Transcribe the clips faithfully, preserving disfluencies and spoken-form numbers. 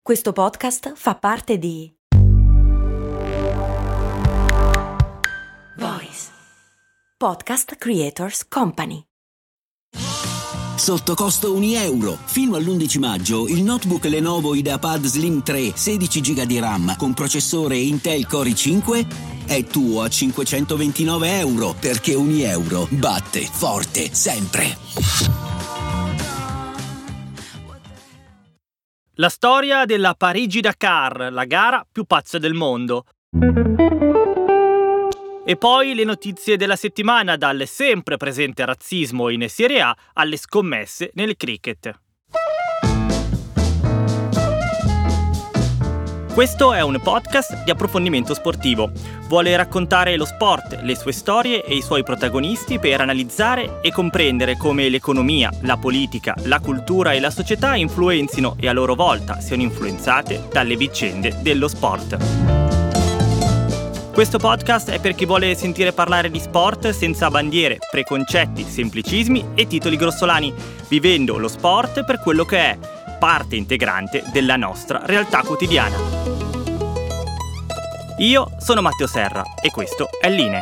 Questo podcast fa parte di Voice Podcast Creators Company. Sotto costo un euro. Fino all'undici maggio il notebook Lenovo IdeaPad Slim tre sedici giga di RAM con processore Intel Core i cinque è tuo a cinquecentoventinove euro, perché un euro batte forte sempre. La storia della Parigi-Dakar, la gara più pazza del mondo. E poi le notizie della settimana, dal sempre presente razzismo in Serie A alle scommesse nel cricket. Questo è un podcast di approfondimento sportivo. Vuole raccontare lo sport, le sue storie e i suoi protagonisti per analizzare e comprendere come l'economia, la politica, la cultura e la società influenzino e a loro volta siano influenzate dalle vicende dello sport. Questo podcast è per chi vuole sentire parlare di sport senza bandiere, preconcetti, semplicismi e titoli grossolani, vivendo lo sport per quello che è, parte integrante della nostra realtà quotidiana. Io sono Matteo Serra e questo è Line.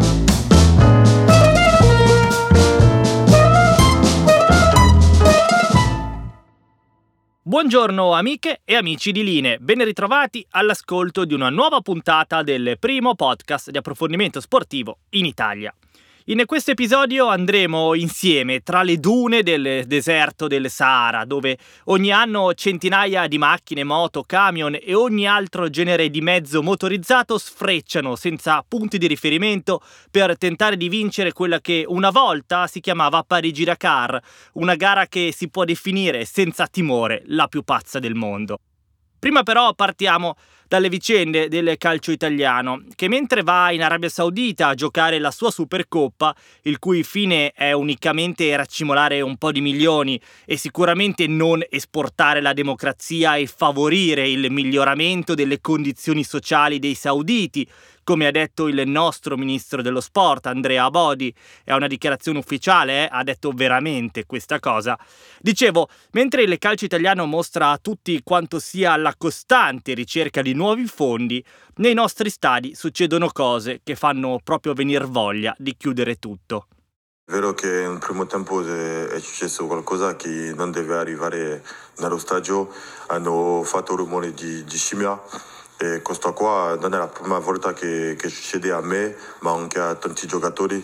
Buongiorno amiche e amici di Line, ben ritrovati all'ascolto di una nuova puntata del primo podcast di approfondimento sportivo in Italia. In questo episodio andremo insieme tra le dune del deserto del Sahara, dove ogni anno centinaia di macchine, moto, camion e ogni altro genere di mezzo motorizzato sfrecciano senza punti di riferimento per tentare di vincere quella che una volta si chiamava Parigi-Dakar, una gara che si può definire senza timore la più pazza del mondo. Prima però partiamo dalle vicende del calcio italiano, che mentre va in Arabia Saudita a giocare la sua Supercoppa, il cui fine è unicamente raccimolare un po' di milioni e sicuramente non esportare la democrazia e favorire il miglioramento delle condizioni sociali dei sauditi, come ha detto il nostro ministro dello sport Andrea Abodi, è una dichiarazione ufficiale, eh? Ha detto veramente questa cosa. Dicevo, mentre il calcio italiano mostra a tutti quanto sia la costante ricerca di nuovi fondi, nei nostri stadi succedono cose che fanno proprio venir voglia di chiudere tutto. È vero che in un primo tempo è successo qualcosa che non deve arrivare nello stadio, hanno fatto rumore di, di scimmia. E questo qua non è la prima volta che, che succede a me, ma anche a tanti giocatori,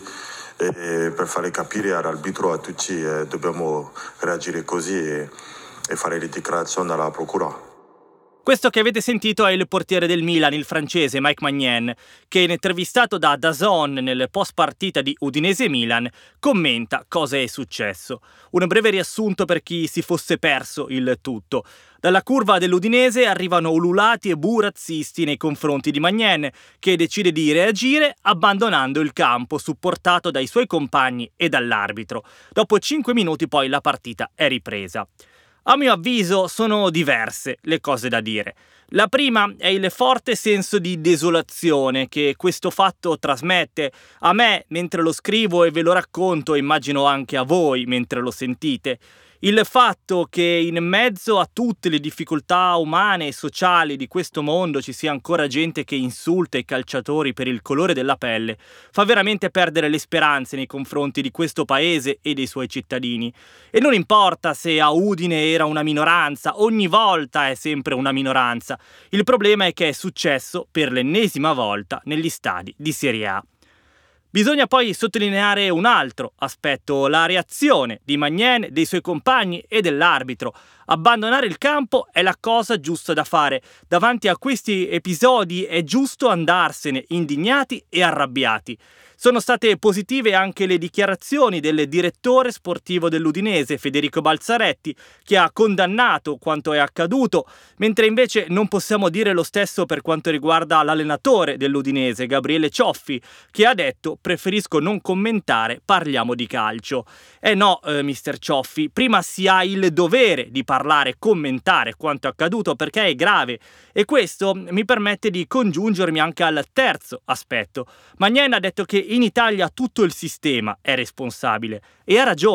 e per fare capire all'arbitro, a tutti, eh, dobbiamo reagire così e, e fare le dichiarazioni alla procura. Questo che avete sentito è il portiere del Milan, il francese Mike Maignan, che intervistato da D A Z N nel post partita di Udinese-Milan commenta cosa è successo. Un breve riassunto per chi si fosse perso il tutto. Dalla curva dell'Udinese arrivano ululati e bu razzisti nei confronti di Maignan, che decide di reagire abbandonando il campo, supportato dai suoi compagni e dall'arbitro. Dopo cinque minuti poi la partita è ripresa. A mio avviso sono diverse le cose da dire. La prima è il forte senso di desolazione che questo fatto trasmette a me mentre lo scrivo e ve lo racconto, e immagino anche a voi mentre lo sentite. Il fatto che in mezzo a tutte le difficoltà umane e sociali di questo mondo ci sia ancora gente che insulta i calciatori per il colore della pelle fa veramente perdere le speranze nei confronti di questo paese e dei suoi cittadini. E non importa se a Udine era una minoranza, ogni volta è sempre una minoranza. Il problema è che è successo per l'ennesima volta negli stadi di Serie A. Bisogna poi sottolineare un altro aspetto, la reazione di Maignan, dei suoi compagni e dell'arbitro. Abbandonare il campo è la cosa giusta da fare. Davanti a questi episodi è giusto andarsene indignati e arrabbiati. Sono state positive anche le dichiarazioni del direttore sportivo dell'Udinese, Federico Balzaretti, che ha condannato quanto è accaduto, mentre invece non possiamo dire lo stesso per quanto riguarda l'allenatore dell'Udinese, Gabriele Cioffi, che ha detto: preferisco non commentare, parliamo di calcio. Eh no, eh, mister Cioffi, prima si ha il dovere di parlare, commentare quanto è accaduto perché è grave, e questo mi permette di congiungermi anche al terzo aspetto. Maignan ha detto che in Italia tutto il sistema è responsabile, e ha ragione.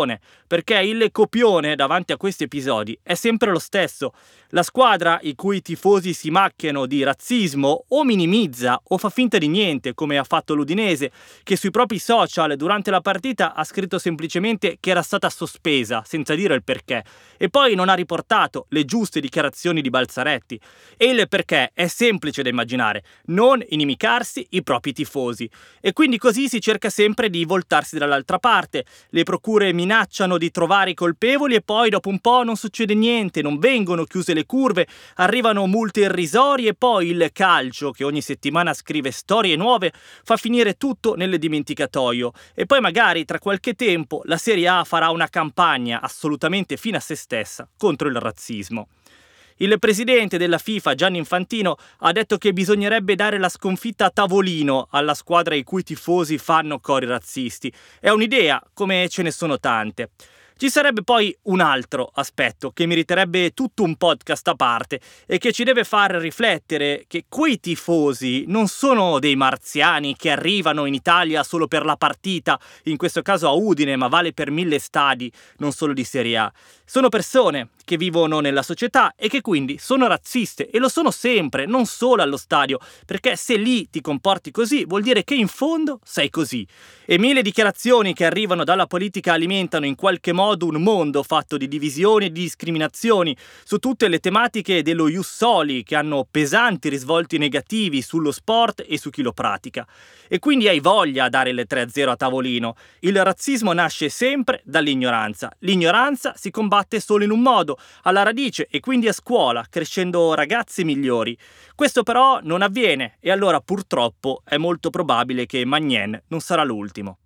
perché il copione davanti a questi episodi è sempre lo stesso. La squadra i cui tifosi si macchiano di razzismo o minimizza o fa finta di niente, come ha fatto l'Udinese, che sui propri social durante la partita ha scritto semplicemente che era stata sospesa, senza dire il perché, e poi non ha riportato le giuste dichiarazioni di Balzaretti. E il perché è semplice da immaginare: non inimicarsi i propri tifosi. E quindi così si cerca sempre di voltarsi dall'altra parte. Le procure minacciano di trovare i colpevoli e poi dopo un po' non succede niente, non vengono chiuse le curve, arrivano multe irrisorie e poi il calcio, che ogni settimana scrive storie nuove, fa finire tutto nel dimenticatoio. E poi magari tra qualche tempo la Serie A farà una campagna assolutamente fine a se stessa contro il razzismo. Il presidente della FIFA, Gianni Infantino, ha detto che bisognerebbe dare la sconfitta a tavolino alla squadra i cui tifosi fanno cori razzisti. È un'idea, come ce ne sono tante. Ci sarebbe poi un altro aspetto che meriterebbe tutto un podcast a parte e che ci deve far riflettere che quei tifosi non sono dei marziani che arrivano in Italia solo per la partita, in questo caso a Udine, ma vale per mille stadi, non solo di Serie A. Sono persone che vivono nella società e che quindi sono razziste, e lo sono sempre, non solo allo stadio, perché se lì ti comporti così vuol dire che in fondo sei così. E mille dichiarazioni che arrivano dalla politica alimentano in qualche modo un mondo fatto di divisioni e di discriminazioni su tutte le tematiche dello ius soli, che hanno pesanti risvolti negativi sullo sport e su chi lo pratica. E quindi hai voglia a dare le tre a zero a tavolino. Il razzismo nasce sempre dall'ignoranza. L'ignoranza si combatte solo in un modo, alla radice, e quindi a scuola, crescendo ragazzi migliori. Questo però non avviene, e allora purtroppo è molto probabile che Maignan non sarà l'ultimo.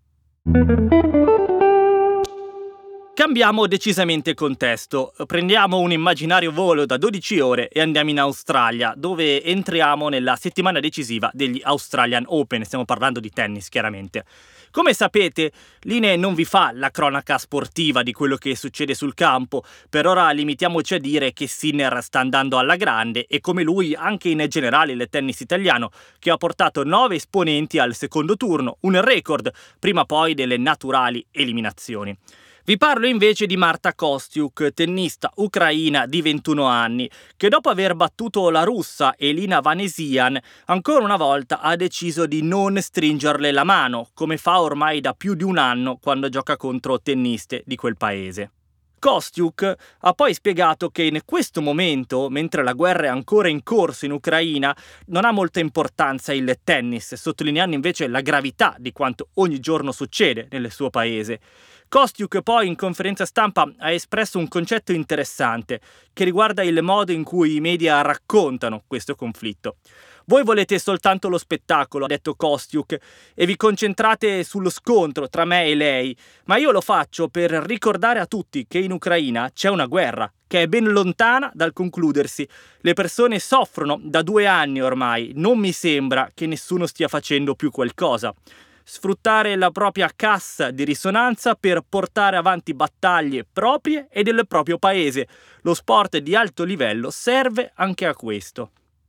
Cambiamo decisamente contesto. Prendiamo un immaginario volo da dodici ore e andiamo in Australia, dove entriamo nella settimana decisiva degli Australian Open. Stiamo parlando di tennis, chiaramente. Come sapete, l'I N E non vi fa la cronaca sportiva di quello che succede sul campo. Per ora limitiamoci a dire che Sinner sta andando alla grande, e come lui anche in generale il tennis italiano, che ha portato nove esponenti al secondo turno, un record prima poi delle naturali eliminazioni. Vi parlo invece di Marta Kostyuk, tennista ucraina di ventuno anni, che dopo aver battuto la russa Elina Vanesian, ancora una volta ha deciso di non stringerle la mano, come fa ormai da più di un anno quando gioca contro tenniste di quel paese. Kostyuk ha poi spiegato che in questo momento, mentre la guerra è ancora in corso in Ucraina, non ha molta importanza il tennis, sottolineando invece la gravità di quanto ogni giorno succede nel suo paese. Kostyuk poi in conferenza stampa ha espresso un concetto interessante che riguarda il modo in cui i media raccontano questo conflitto. Voi volete soltanto lo spettacolo, ha detto Kostyuk, e vi concentrate sullo scontro tra me e lei, ma io lo faccio per ricordare a tutti che in Ucraina c'è una guerra che è ben lontana dal concludersi. Le persone soffrono da due anni ormai, non mi sembra che nessuno stia facendo più qualcosa. Sfruttare la propria cassa di risonanza per portare avanti battaglie proprie e del proprio paese. Lo sport di alto livello serve anche a questo.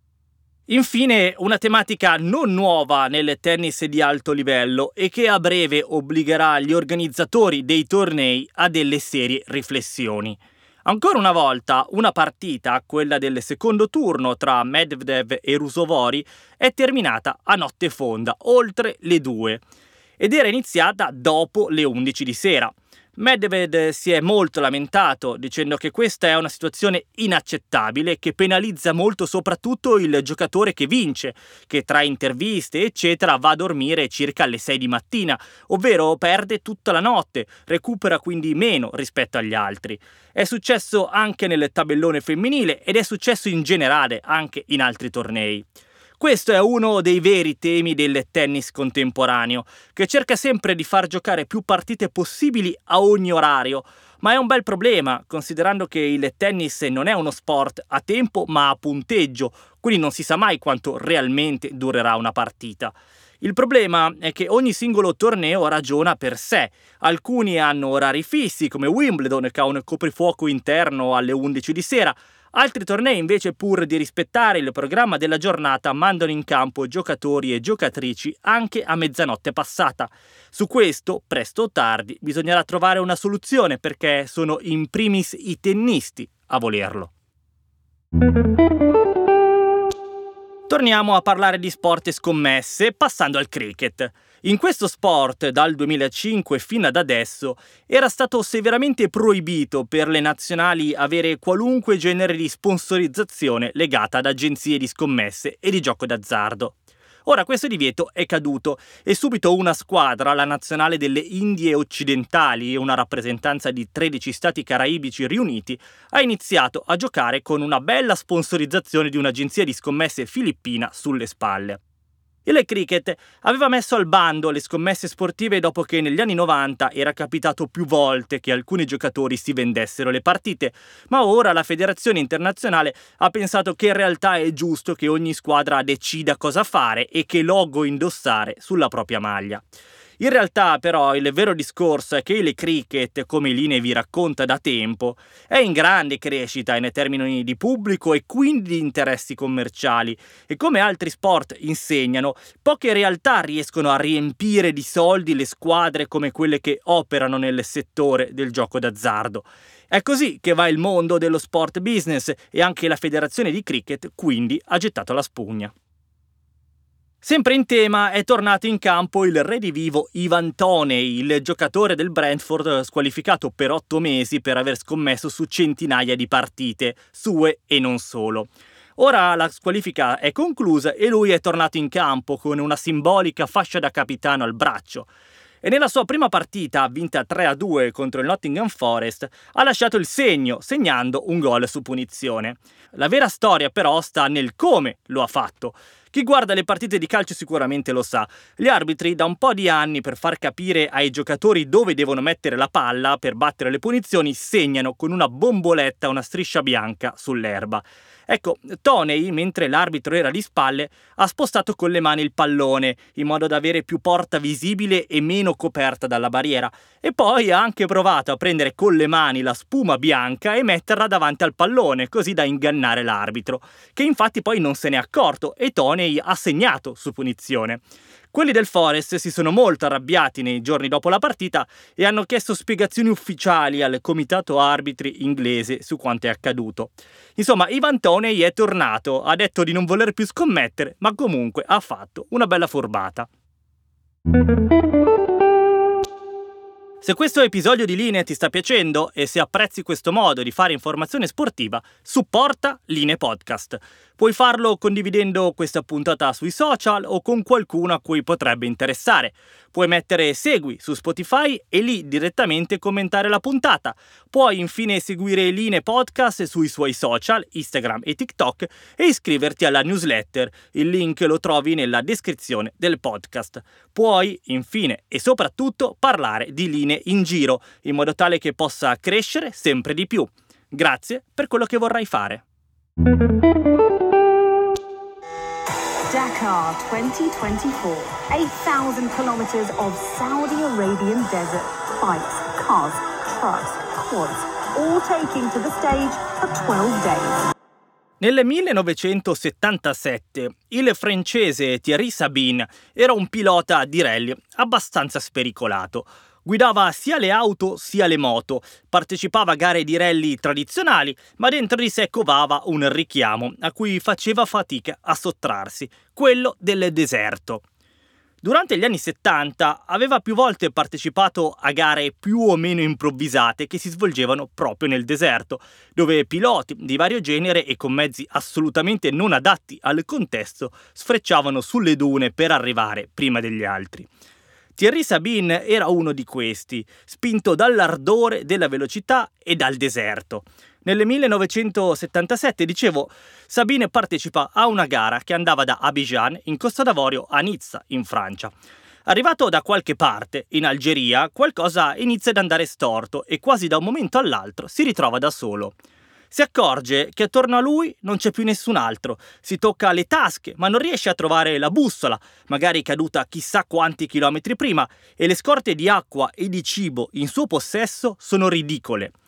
Infine, una tematica non nuova nel tennis di alto livello e che a breve obbligherà gli organizzatori dei tornei a delle serie riflessioni. Ancora una volta, una partita, quella del secondo turno tra Medvedev e Ruusuvuori, è terminata a notte fonda, oltre le due, ed era iniziata dopo le undici di sera. Medvedev si è molto lamentato, dicendo che questa è una situazione inaccettabile che penalizza molto soprattutto il giocatore che vince, che tra interviste eccetera va a dormire circa alle sei di mattina, ovvero perde tutta la notte, recupera quindi meno rispetto agli altri. È successo anche nel tabellone femminile ed è successo in generale anche in altri tornei. Questo è uno dei veri temi del tennis contemporaneo, che cerca sempre di far giocare più partite possibili a ogni orario, ma è un bel problema, considerando che il tennis non è uno sport a tempo ma a punteggio, quindi non si sa mai quanto realmente durerà una partita. Il problema è che ogni singolo torneo ragiona per sé. Alcuni hanno orari fissi, come Wimbledon, che ha un coprifuoco interno alle undici di sera, Altri tornei invece, pur di rispettare il programma della giornata, mandano in campo giocatori e giocatrici anche a mezzanotte passata. Su questo, presto o tardi, bisognerà trovare una soluzione perché sono in primis i tennisti a volerlo. Torniamo a parlare di sport e scommesse, passando al cricket. In questo sport, dal duemilacinque fino ad adesso, era stato severamente proibito per le nazionali avere qualunque genere di sponsorizzazione legata ad agenzie di scommesse e di gioco d'azzardo. Ora questo divieto è caduto e subito una squadra, la nazionale delle Indie Occidentali e una rappresentanza di tredici stati caraibici riuniti, ha iniziato a giocare con una bella sponsorizzazione di un'agenzia di scommesse filippina sulle spalle. Il cricket aveva messo al bando le scommesse sportive dopo che negli anni novanta era capitato più volte che alcuni giocatori si vendessero le partite, ma ora la federazione internazionale ha pensato che in realtà è giusto che ogni squadra decida cosa fare e che logo indossare sulla propria maglia. In realtà però il vero discorso è che il cricket, come Line vi racconta da tempo, è in grande crescita in termini di pubblico e quindi di interessi commerciali e come altri sport insegnano, poche realtà riescono a riempire di soldi le squadre come quelle che operano nel settore del gioco d'azzardo. È così che va il mondo dello sport business e anche la federazione di cricket quindi ha gettato la spugna. Sempre in tema è tornato in campo il redivivo Ivan Toney, il giocatore del Brentford squalificato per otto mesi per aver scommesso su centinaia di partite, sue e non solo. Ora la squalifica è conclusa e lui è tornato in campo con una simbolica fascia da capitano al braccio. E nella sua prima partita, vinta tre a due contro il Nottingham Forest, ha lasciato il segno, segnando un gol su punizione. La vera storia però sta nel come lo ha fatto. Chi guarda le partite di calcio sicuramente lo sa. Gli arbitri da un po' di anni, per far capire ai giocatori dove devono mettere la palla per battere le punizioni, segnano con una bomboletta una striscia bianca sull'erba. Ecco, Toney, mentre l'arbitro era di spalle, ha spostato con le mani il pallone, in modo da avere più porta visibile e meno coperta dalla barriera, e poi ha anche provato a prendere con le mani la spuma bianca e metterla davanti al pallone, così da ingannare l'arbitro, che infatti poi non se n'è accorto e Toney ha segnato su punizione. Quelli del Forest si sono molto arrabbiati nei giorni dopo la partita e hanno chiesto spiegazioni ufficiali al comitato arbitri inglese su quanto è accaduto. Insomma, Ivan Toney è tornato, ha detto di non voler più scommettere, ma comunque ha fatto una bella furbata. Se questo episodio di Line ti sta piacendo e se apprezzi questo modo di fare informazione sportiva, supporta Line Podcast. Puoi farlo condividendo questa puntata sui social o con qualcuno a cui potrebbe interessare. Puoi mettere segui su Spotify e lì direttamente commentare la puntata. Puoi infine seguire Line Podcast sui suoi social, Instagram e TikTok e iscriverti alla newsletter. Il link lo trovi nella descrizione del podcast. Puoi infine e soprattutto parlare di Line in giro, in modo tale che possa crescere sempre di più. Grazie per quello che vorrai fare. Dakar twenty twenty-four, eight thousand kilometers of Saudi Arabian desert, bikes, cars, trucks, quads, all taking to the stage for twelve days. Nel millenovecentosettantasette il francese Thierry Sabine era un pilota di rally abbastanza spericolato. Guidava sia le auto sia le moto, partecipava a gare di rally tradizionali, ma dentro di sé covava un richiamo a cui faceva fatica a sottrarsi, quello del deserto. Durante gli anni settanta aveva più volte partecipato a gare più o meno improvvisate che si svolgevano proprio nel deserto, dove piloti di vario genere e con mezzi assolutamente non adatti al contesto sfrecciavano sulle dune per arrivare prima degli altri. Thierry Sabine era uno di questi, spinto dall'ardore della velocità e dal deserto. Nel millenovecentosettantasette, dicevo, Sabine partecipa a una gara che andava da Abidjan, in Costa d'Avorio, a Nizza, in Francia. Arrivato da qualche parte, in Algeria, qualcosa inizia ad andare storto e quasi da un momento all'altro si ritrova da solo. Si accorge che attorno a lui non c'è più nessun altro, si tocca le tasche ma non riesce a trovare la bussola, magari caduta chissà quanti chilometri prima, e le scorte di acqua e di cibo in suo possesso sono ridicole.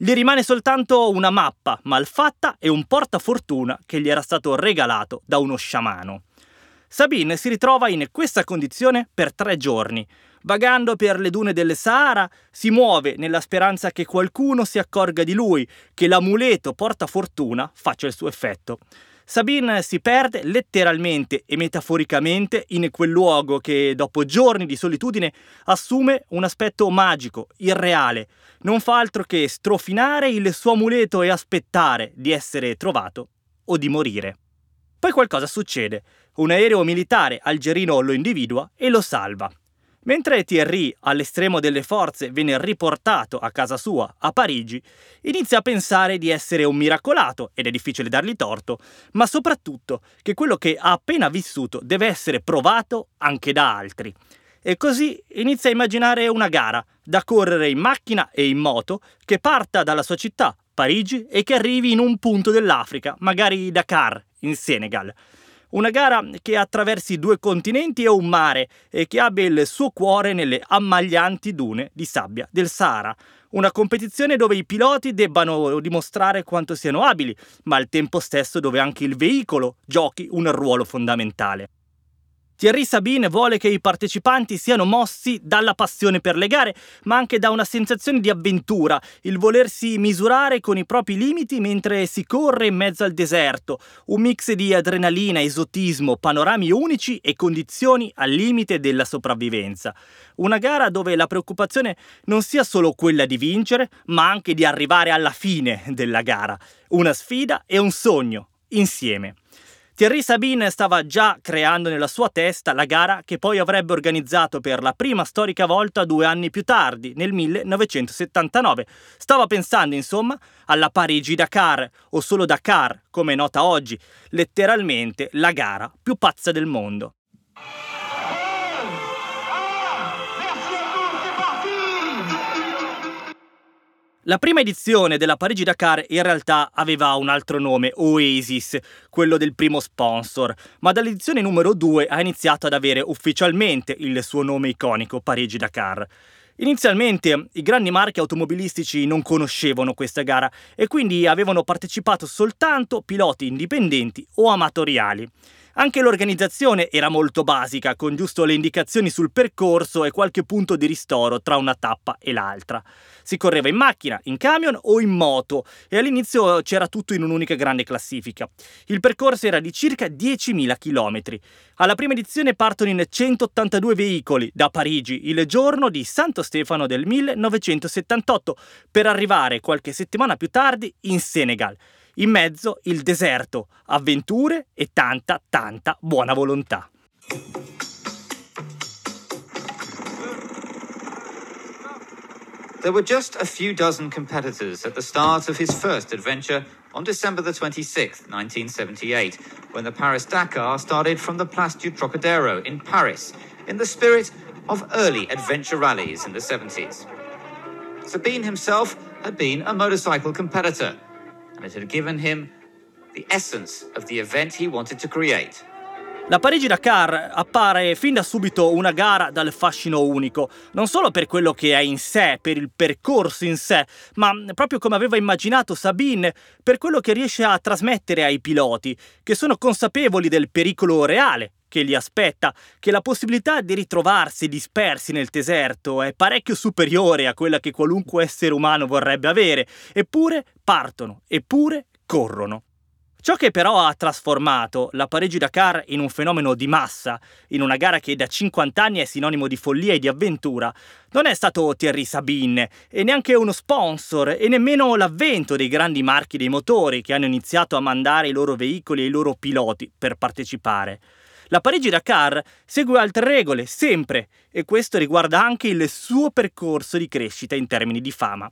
Gli rimane soltanto una mappa malfatta e un portafortuna che gli era stato regalato da uno sciamano. Sabine si ritrova in questa condizione per tre giorni. Vagando per le dune del Sahara, si muove nella speranza che qualcuno si accorga di lui, che l'amuleto portafortuna faccia il suo effetto. Sabine si perde letteralmente e metaforicamente in quel luogo che, dopo giorni di solitudine, assume un aspetto magico, irreale. Non fa altro che strofinare il suo amuleto e aspettare di essere trovato o di morire. Poi qualcosa succede. Un aereo militare algerino lo individua e lo salva. Mentre Thierry, all'estremo delle forze, viene riportato a casa sua, a Parigi, inizia a pensare di essere un miracolato, ed è difficile dargli torto, ma soprattutto che quello che ha appena vissuto deve essere provato anche da altri. E così inizia a immaginare una gara, da correre in macchina e in moto, che parta dalla sua città, Parigi, e che arrivi in un punto dell'Africa, magari Dakar, in Senegal. Una gara che attraversi due continenti e un mare e che abbia il suo cuore nelle ammaglianti dune di sabbia del Sahara. Una competizione dove i piloti debbano dimostrare quanto siano abili, ma al tempo stesso dove anche il veicolo giochi un ruolo fondamentale. Thierry Sabine vuole che i partecipanti siano mossi dalla passione per le gare, ma anche da una sensazione di avventura, il volersi misurare con i propri limiti mentre si corre in mezzo al deserto, un mix di adrenalina, esotismo, panorami unici e condizioni al limite della sopravvivenza. Una gara dove la preoccupazione non sia solo quella di vincere, ma anche di arrivare alla fine della gara. Una sfida e un sogno, insieme. Thierry Sabine stava già creando nella sua testa la gara che poi avrebbe organizzato per la prima storica volta due anni più tardi, nel millenovecentosettantanove. Stava pensando, insomma, alla Parigi-Dakar, o solo Dakar, come è nota oggi, letteralmente la gara più pazza del mondo. La prima edizione della Parigi-Dakar in realtà aveva un altro nome, Oasis, quello del primo sponsor, ma dall'edizione numero due ha iniziato ad avere ufficialmente il suo nome iconico, Parigi-Dakar. Inizialmente i grandi marchi automobilistici non conoscevano questa gara e quindi avevano partecipato soltanto piloti indipendenti o amatoriali. Anche l'organizzazione era molto basica, con giusto le indicazioni sul percorso e qualche punto di ristoro tra una tappa e l'altra. Si correva in macchina, in camion o in moto e all'inizio c'era tutto in un'unica grande classifica. Il percorso era di circa diecimila chilometri. Alla prima edizione partono in centottantadue veicoli da Parigi il giorno di Santo Stefano del millenovecentosettantotto per arrivare qualche settimana più tardi in Senegal. In mezzo il deserto, avventure e tanta, tanta buona volontà. There were just a few dozen competitors at the start of his first adventure on December the twenty-sixth, nineteen seventy-eight, when the Paris-Dakar started from the Place du Trocadero in Paris, in the spirit of early adventure rallies in the seventies. Sabine himself had been a motorcycle competitor, and it had given him the essence of the event he wanted to create. La Parigi-Dakar appare fin da subito una gara dal fascino unico, non solo per quello che è in sé, per il percorso in sé, ma proprio come aveva immaginato Sabine, per quello che riesce a trasmettere ai piloti, che sono consapevoli del pericolo reale che li aspetta, che la possibilità di ritrovarsi dispersi nel deserto è parecchio superiore a quella che qualunque essere umano vorrebbe avere, eppure partono, eppure corrono. Ciò che però ha trasformato la Parigi-Dakar in un fenomeno di massa, in una gara che da cinquanta anni è sinonimo di follia e di avventura, non è stato Thierry Sabine e neanche uno sponsor e nemmeno l'avvento dei grandi marchi dei motori che hanno iniziato a mandare i loro veicoli e i loro piloti per partecipare. La Parigi-Dakar segue altre regole, sempre, e questo riguarda anche il suo percorso di crescita in termini di fama.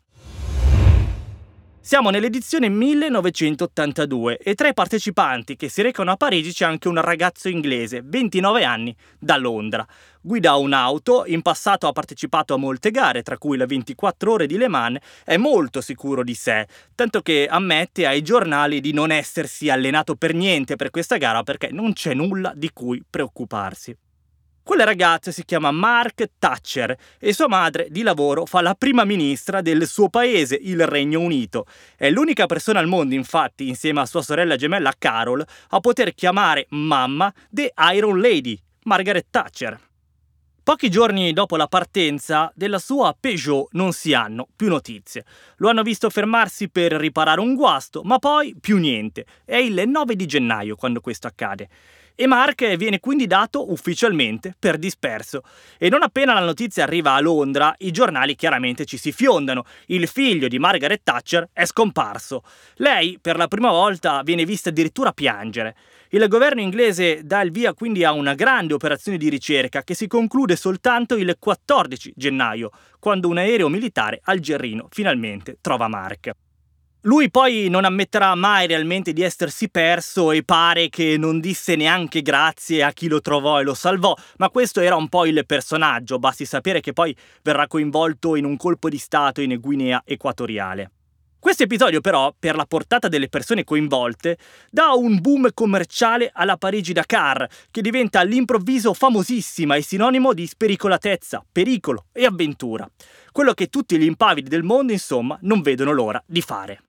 Siamo nell'edizione millenovecentottantadue e tra i partecipanti che si recano a Parigi c'è anche un ragazzo inglese, ventinove anni, da Londra. Guida un'auto, in passato ha partecipato a molte gare, tra cui la ventiquattro ore di Le Mans, è molto sicuro di sé, tanto che ammette ai giornali di non essersi allenato per niente per questa gara perché non c'è nulla di cui preoccuparsi. Quel ragazzo si chiama Mark Thatcher e sua madre di lavoro fa la prima ministra del suo paese, il Regno Unito. È l'unica persona al mondo, infatti, insieme a sua sorella gemella Carol, a poter chiamare mamma The Iron Lady, Margaret Thatcher. Pochi giorni dopo la partenza, della sua Peugeot non si hanno più notizie. Lo hanno visto fermarsi per riparare un guasto, ma poi più niente. È il nove di gennaio quando questo accade. E Mark viene quindi dato ufficialmente per disperso. E non appena la notizia arriva a Londra, i giornali chiaramente ci si fiondano. Il figlio di Margaret Thatcher è scomparso. Lei, per la prima volta, viene vista addirittura piangere. Il governo inglese dà il via quindi a una grande operazione di ricerca che si conclude soltanto il quattordici gennaio, quando un aereo militare algerino finalmente trova Mark. Lui poi non ammetterà mai realmente di essersi perso e pare che non disse neanche grazie a chi lo trovò e lo salvò, ma questo era un po' il personaggio, basti sapere che poi verrà coinvolto in un colpo di stato in Guinea Equatoriale. Questo episodio però, per la portata delle persone coinvolte, dà un boom commerciale alla Parigi-Dakar, che diventa all'improvviso famosissima e sinonimo di spericolatezza, pericolo e avventura. Quello che tutti gli impavidi del mondo, insomma, non vedono l'ora di fare.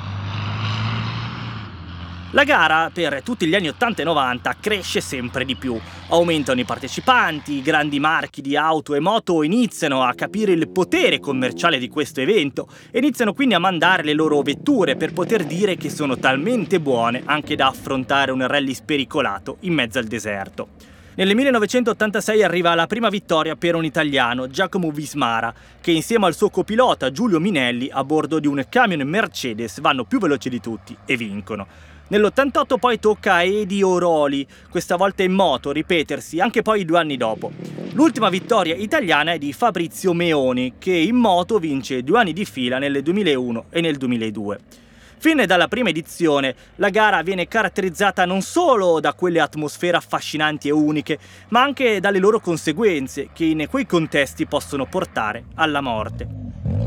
La gara per tutti gli anni ottanta e novanta cresce sempre di più. Aumentano i partecipanti, i grandi marchi di auto e moto iniziano a capire il potere commerciale di questo evento e iniziano quindi a mandare le loro vetture per poter dire che sono talmente buone anche da affrontare un rally spericolato in mezzo al deserto. Nel millenovecentottantasei arriva la prima vittoria per un italiano, Giacomo Vismara, che insieme al suo copilota Giulio Minelli a bordo di un camion Mercedes vanno più veloci di tutti e vincono. Nell'ottantotto poi tocca a Edi Oroli, questa volta in moto, ripetersi anche poi due anni dopo. L'ultima vittoria italiana è di Fabrizio Meoni, che in moto vince due anni di fila nel duemilauno e nel duemiladue. Fin dalla prima edizione, la gara viene caratterizzata non solo da quelle atmosfere affascinanti e uniche, ma anche dalle loro conseguenze, che in quei contesti possono portare alla morte.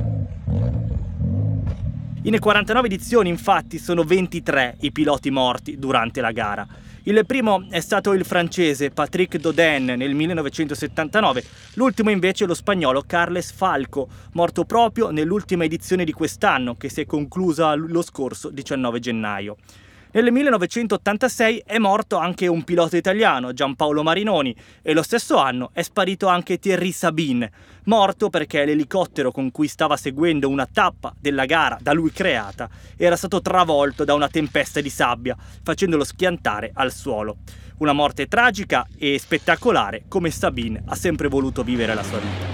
In quarantanove edizioni, infatti, sono ventitré i piloti morti durante la gara. Il primo è stato il francese Patrick Dodin nel millenovecentosettantanove, l'ultimo invece lo spagnolo Carles Falco, morto proprio nell'ultima edizione di quest'anno, che si è conclusa lo scorso diciannove gennaio. Nel millenovecentottantasei è morto anche un pilota italiano, Giampaolo Marinoni, e lo stesso anno è sparito anche Thierry Sabine, morto perché l'elicottero con cui stava seguendo una tappa della gara da lui creata era stato travolto da una tempesta di sabbia, facendolo schiantare al suolo. Una morte tragica e spettacolare, come Sabine ha sempre voluto vivere la sua vita.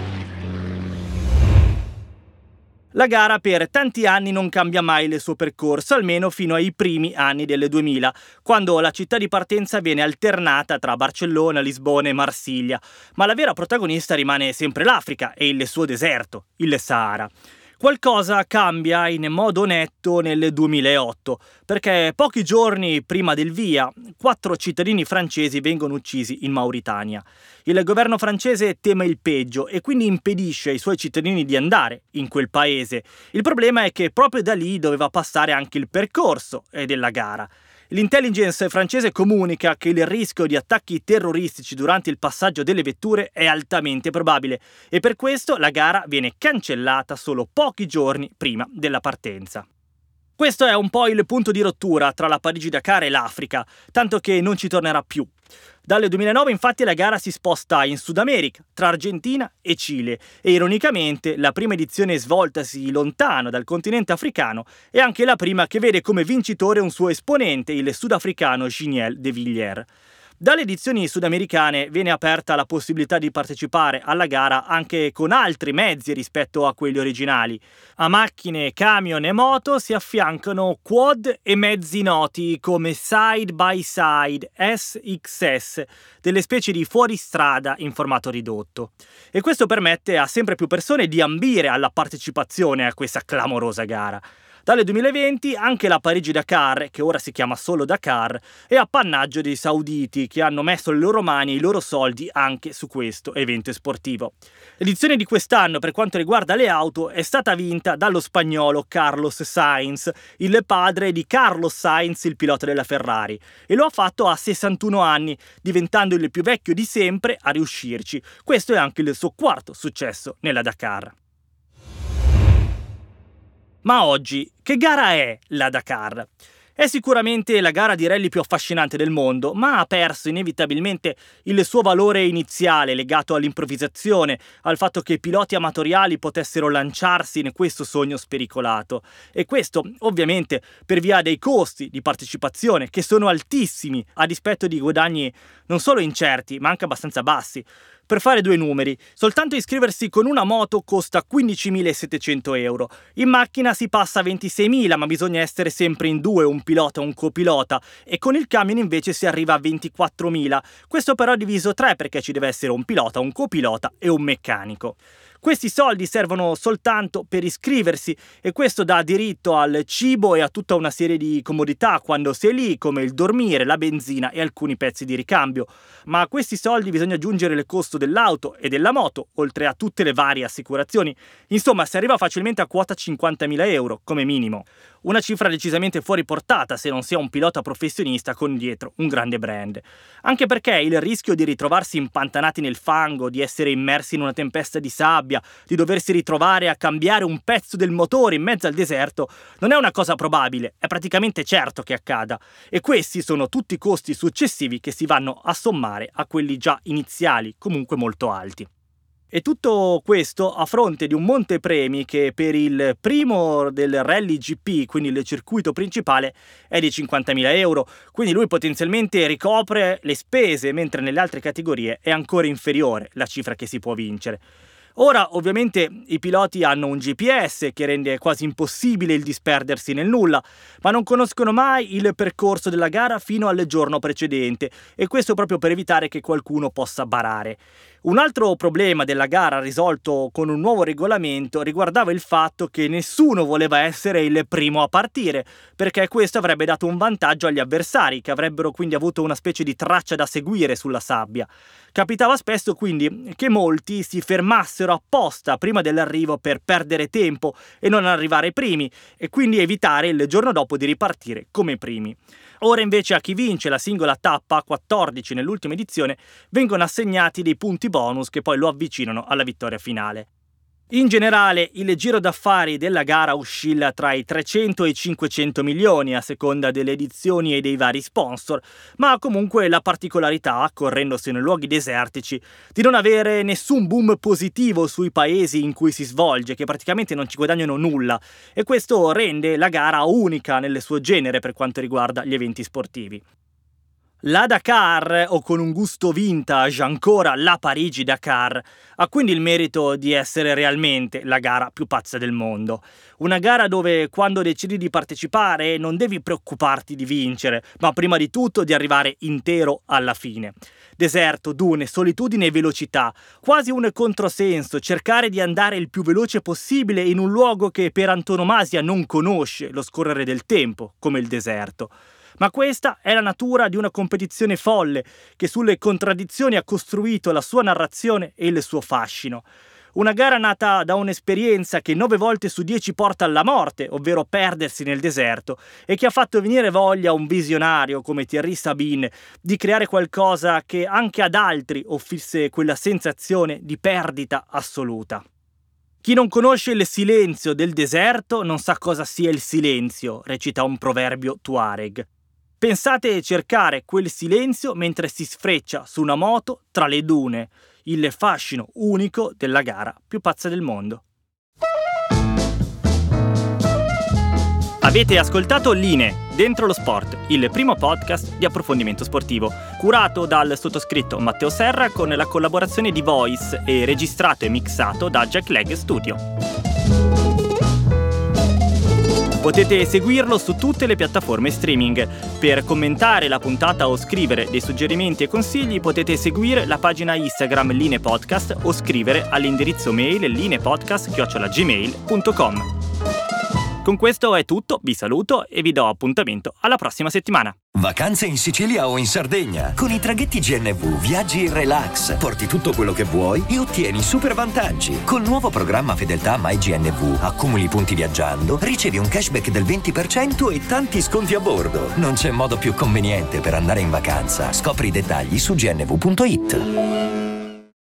La gara per tanti anni non cambia mai il suo percorso, almeno fino ai primi anni del duemila, quando la città di partenza viene alternata tra Barcellona, Lisbona e Marsiglia, ma la vera protagonista rimane sempre l'Africa e il suo deserto, il Sahara. Qualcosa cambia in modo netto nel duemilaotto, perché pochi giorni prima del via, quattro cittadini francesi vengono uccisi in Mauritania. Il governo francese teme il peggio e quindi impedisce ai suoi cittadini di andare in quel paese. Il problema è che proprio da lì doveva passare anche il percorso della gara. L'intelligence francese comunica che il rischio di attacchi terroristici durante il passaggio delle vetture è altamente probabile e per questo la gara viene cancellata solo pochi giorni prima della partenza. Questo è un po' il punto di rottura tra la Parigi-Dakar e l'Africa, tanto che non ci tornerà più. Dal duemilanove infatti la gara si sposta in Sud America, tra Argentina e Cile, e ironicamente la prima edizione svoltasi lontano dal continente africano è anche la prima che vede come vincitore un suo esponente, il sudafricano Giniel de Villiers. Dalle edizioni sudamericane viene aperta la possibilità di partecipare alla gara anche con altri mezzi rispetto a quelli originali. A macchine, camion e moto si affiancano quad e mezzi noti come side by side, S X S, delle specie di fuoristrada in formato ridotto. E questo permette a sempre più persone di ambire alla partecipazione a questa clamorosa gara. Dal duemilaventi anche la Parigi-Dakar, che ora si chiama solo Dakar, è appannaggio dei sauditi, che hanno messo le loro mani e i loro soldi anche su questo evento sportivo. L'edizione di quest'anno, per quanto riguarda le auto, è stata vinta dallo spagnolo Carlos Sainz, il padre di Carlos Sainz, il pilota della Ferrari, e lo ha fatto a sessantuno anni, diventando il più vecchio di sempre a riuscirci. Questo è anche il suo quarto successo nella Dakar. Ma oggi, che gara è la Dakar? È sicuramente la gara di rally più affascinante del mondo, ma ha perso inevitabilmente il suo valore iniziale legato all'improvvisazione, al fatto che i piloti amatoriali potessero lanciarsi in questo sogno spericolato. E questo, ovviamente, per via dei costi di partecipazione, che sono altissimi, a dispetto di guadagni non solo incerti, ma anche abbastanza bassi. Per fare due numeri, soltanto iscriversi con una moto costa quindicimilasettecento euro, in macchina si passa a ventiseimila, ma bisogna essere sempre in due, un pilota e un copilota, e con il camion invece si arriva a ventiquattromila, questo però diviso tre perché ci deve essere un pilota, un copilota e un meccanico. Questi soldi servono soltanto per iscriversi e questo dà diritto al cibo e a tutta una serie di comodità quando sei lì, come il dormire, la benzina e alcuni pezzi di ricambio. Ma a questi soldi bisogna aggiungere il costo dell'auto e della moto, oltre a tutte le varie assicurazioni. Insomma, si arriva facilmente a quota cinquantamila euro, come minimo. Una cifra decisamente fuori portata se non si è un pilota professionista con dietro un grande brand. Anche perché il rischio di ritrovarsi impantanati nel fango, di essere immersi in una tempesta di sabbia, di doversi ritrovare a cambiare un pezzo del motore in mezzo al deserto, non è una cosa probabile, è praticamente certo che accada. E questi sono tutti i costi successivi che si vanno a sommare a quelli già iniziali, comunque molto alti. E tutto questo a fronte di un montepremi che per il primo del Rally G P, quindi il circuito principale, è di cinquantamila euro, quindi lui potenzialmente ricopre le spese, mentre nelle altre categorie è ancora inferiore la cifra che si può vincere. Ora, ovviamente, i piloti hanno un G P S che rende quasi impossibile il disperdersi nel nulla, ma non conoscono mai il percorso della gara fino al giorno precedente, e questo proprio per evitare che qualcuno possa barare. Un altro problema della gara risolto con un nuovo regolamento riguardava il fatto che nessuno voleva essere il primo a partire, perché questo avrebbe dato un vantaggio agli avversari, che avrebbero quindi avuto una specie di traccia da seguire sulla sabbia. Capitava spesso quindi che molti si fermassero apposta prima dell'arrivo per perdere tempo e non arrivare primi, e quindi evitare il giorno dopo di ripartire come primi. Ora invece a chi vince la singola tappa, quattordici nell'ultima edizione, vengono assegnati dei punti bonus che poi lo avvicinano alla vittoria finale. In generale, il giro d'affari della gara oscilla tra i trecento e i cinquecento milioni a seconda delle edizioni e dei vari sponsor, ma ha comunque la particolarità, correndosi nei luoghi desertici, di non avere nessun boom positivo sui paesi in cui si svolge, che praticamente non ci guadagnano nulla, e questo rende la gara unica nel suo genere per quanto riguarda gli eventi sportivi. La Dakar, o con un gusto vintage ancora la Parigi-Dakar, ha quindi il merito di essere realmente la gara più pazza del mondo. Una gara dove quando decidi di partecipare non devi preoccuparti di vincere, ma prima di tutto di arrivare intero alla fine. Deserto, dune, solitudine e velocità, quasi un controsenso, cercare di andare il più veloce possibile in un luogo che per antonomasia non conosce lo scorrere del tempo, come il deserto. Ma questa è la natura di una competizione folle che sulle contraddizioni ha costruito la sua narrazione e il suo fascino. Una gara nata da un'esperienza che nove volte su dieci porta alla morte, ovvero perdersi nel deserto, e che ha fatto venire voglia a un visionario come Thierry Sabine di creare qualcosa che anche ad altri offrisse quella sensazione di perdita assoluta. Chi non conosce il silenzio del deserto non sa cosa sia il silenzio, recita un proverbio tuareg. Pensate a cercare quel silenzio mentre si sfreccia su una moto tra le dune, il fascino unico della gara più pazza del mondo. Avete ascoltato Linee, Dentro lo Sport, il primo podcast di approfondimento sportivo, curato dal sottoscritto Matteo Serra con la collaborazione di Voice e registrato e mixato da Jack Leg Studio. Potete seguirlo su tutte le piattaforme streaming. Per commentare la puntata o scrivere dei suggerimenti e consigli potete seguire la pagina Instagram Linee Podcast o scrivere all'indirizzo mail linepodcast chiocciola gmail punto com. Con questo è tutto, vi saluto e vi do appuntamento alla prossima settimana. Vacanze in Sicilia o in Sardegna. Con i traghetti G N V viaggi in relax, porti tutto quello che vuoi e ottieni super vantaggi. Col nuovo programma Fedeltà MyGNV accumuli punti viaggiando, ricevi un cashback del venti per cento e tanti sconti a bordo. Non c'è modo più conveniente per andare in vacanza. Scopri i dettagli su gnv punto it.